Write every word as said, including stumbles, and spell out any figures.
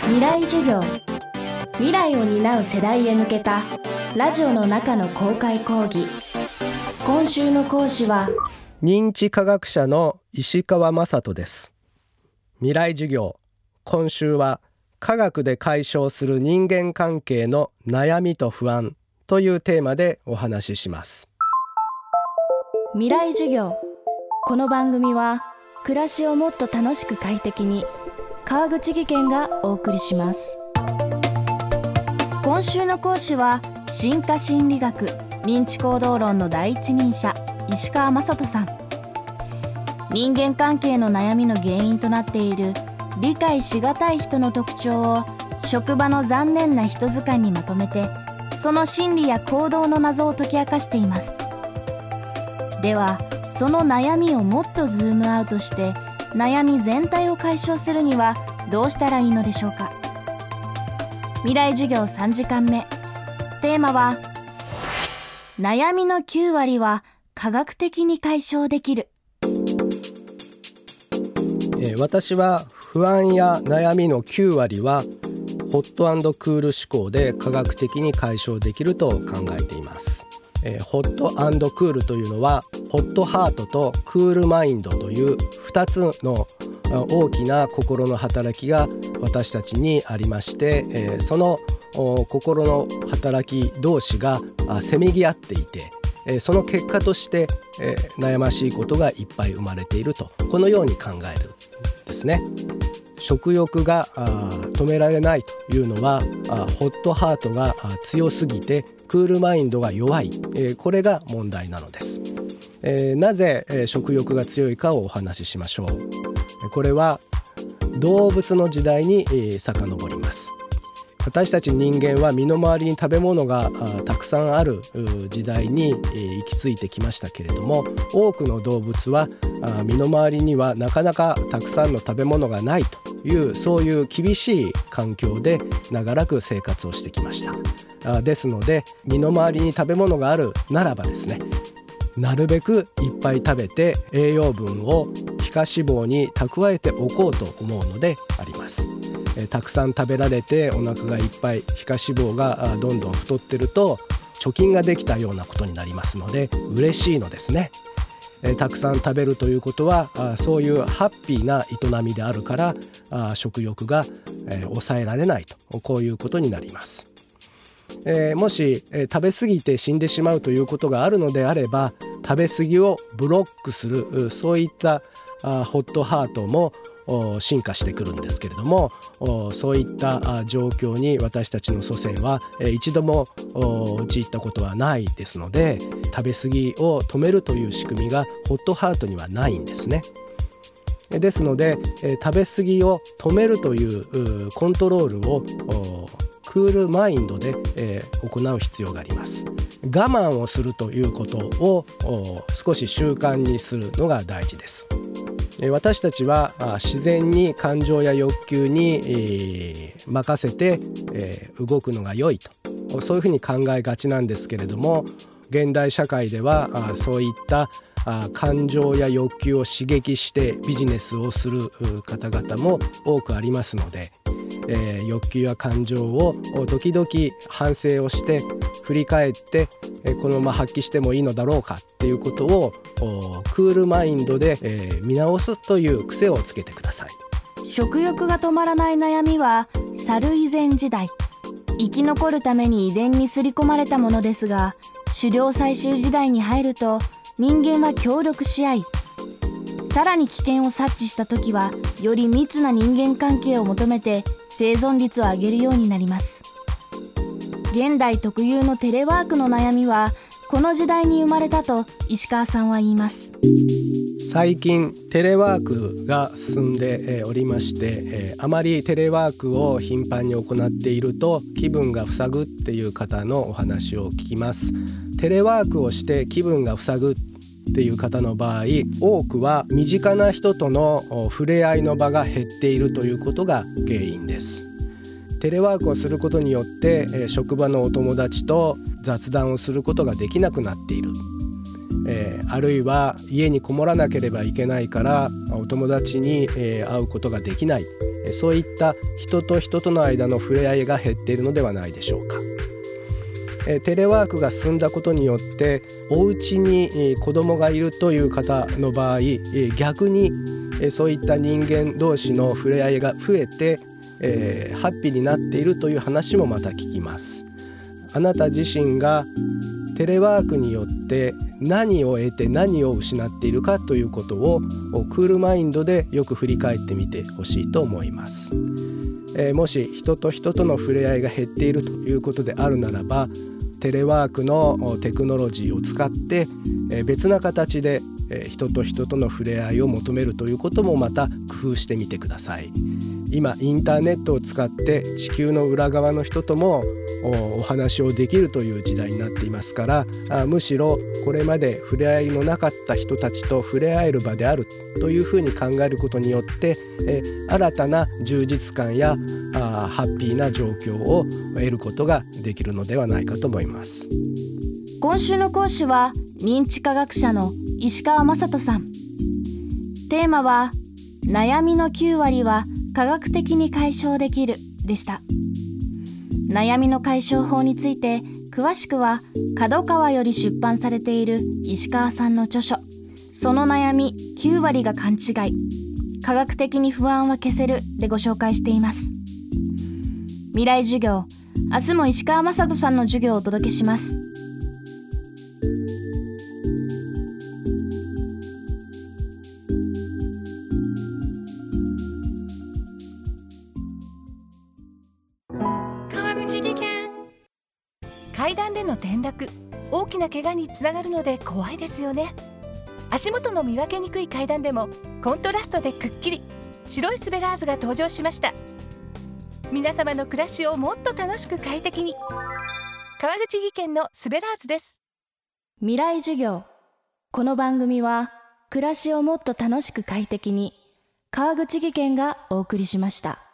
未来授業、未来を担う世代へ向けたラジオの中の公開講義。今週の講師は認知科学者の石川雅人です。未来授業、今週は科学で解消する人間関係の悩みと不安というテーマでお話しします。 未来授業、この番組は暮らしをもっと楽しく快適に、川口義賢がお送りします。今週の講師は進化心理学認知行動論の第一人者、石川雅人さん。人間関係の悩みの原因となっている理解しがたい人の特徴を職場の残念な人図鑑にまとめて、その心理や行動の謎を解き明かしています。ではその悩みをもっとズームアウトして悩み全体を解消するにはどうしたらいいのでしょうか。未来授業さんじかんめ、テーマは悩みのきゅうわりは科学的に解消できる。 えー、私は不安や悩みのきゅうわりはホット&クール思考で科学的に解消できると考えています。えー、ホット&クールというのはホットハートとクールマインドというふたつの大きな心の働きが私たちにありまして、えー、その心の働き同士がせめぎ合っていて、えー、その結果として、えー、悩ましいことがいっぱい生まれていると、このように考えるんですね。食欲が止められないというのはホットハートが強すぎてクールマインドが弱い、えー、これが問題なのです。えー、なぜ、えー、食欲が強いかをお話ししましょう。これは動物の時代に、えー、遡ります。私たち人間は身の回りに食べ物がたくさんある時代に、えー、行き着いてきましたけれども、多くの動物は身の回りにはなかなかたくさんの食べ物がないという、そういう厳しい環境で長らく生活をしてきました。あですので身の回りに食べ物があるならばですね、なるべくいっぱい食べて栄養分を皮下脂肪に蓄えておこうと思うのであります。えたくさん食べられてお腹がいっぱい、皮下脂肪がどんどん太ってると貯金ができたようなことになりますので嬉しいのですね。えたくさん食べるということはそういうハッピーな営みであるから食欲が、え抑えられないと、こういうことになります。えー、もし、えー、食べ過ぎて死んでしまうということがあるのであれば、食べ過ぎをブロックする、そういったあホットハートも進化してくるんですけれども、そういった状況に私たちの祖先は、えー、一度も陥ったことはないですので、食べ過ぎを止めるという仕組みがホットハートにはないんですね。ですので、えー、食べ過ぎを止めるというコントロールをクールマインドで、えー、行う必要があります。我慢をするということを少し習慣にするのが大事です。えー、私たちは自然に感情や欲求に、えー、任せて、えー、動くのが良いと、そういうふうに考えがちなんですけれども、現代社会ではそういった感情や欲求を刺激してビジネスをする方々も多くありますので、えー、欲求や感情を時々反省をして振り返って、えー、このまま発揮してもいいのだろうかっていうことをクールマインドで、えー、見直すという癖をつけてください。 食欲が止まらない悩みは猿以前時代、生き残るために遺伝に刷り込まれたものですが、狩猟採集時代に入ると人間は協力し合い、さらに危険を察知したときはより密な人間関係を求めて生存率を上げるようになります。現代特有のテレワークの悩みはこの時代に生まれたと石川さんは言います。 最近テレワークが進んでおりまして、あまりテレワークを頻繁に行っていると気分が塞ぐっていう方のお話を聞きます。テレワークをして気分が塞ぐっていう方の場合、多くは身近な人との触れ合いの場が減っているということが原因です。テレワークをすることによって職場のお友達と雑談をすることができなくなっている、えー、あるいは家にこもらなければいけないからお友達に、えー、会うことができない、えそういった人と人との間の触れ合いが減っているのではないでしょうか。テレワークが進んだことによってお家に子供がいるという方の場合、逆にそういった人間同士の触れ合いが増えて、えー、ハッピーになっているという話もまた聞きます。あなた自身がテレワークによって何を得て何を失っているかということをクールマインドでよく振り返ってみてほしいと思います。えー、もし人と人との触れ合いが減っているということであるならば、テレワークのテクノロジーを使って別な形で人と人との触れ合いを求めるということもまた工夫してみてください。今インターネットを使って地球の裏側の人ともお話をできるという時代になっていますから、あむしろこれまで触れ合いのなかった人たちと触れ合える場であるというふうに考えることによってえ新たな充実感やあハッピーな状況を得ることができるのではないかと思います。 今週の講師は認知科学者の石川雅人さん。テーマは悩みのきゅう割は科学的に解消できるでした。悩みの解消法について詳しくは角川より出版されている石川さんの著書、その悩みきゅう割が勘違い、科学的に不安は消せるでご紹介しています。未来授業、明日も石川雅人さんの授業をお届けします。 階段での転落、大きな怪我につながるので怖いですよね。足元の見分けにくい階段でもコントラストでくっきり白いスベラーズが登場しました。皆様の暮らしをもっと楽しく快適に、川口技研のスベラーズです。 未来授業。この番組は暮らしをもっと楽しく快適に、川口技研がお送りしました。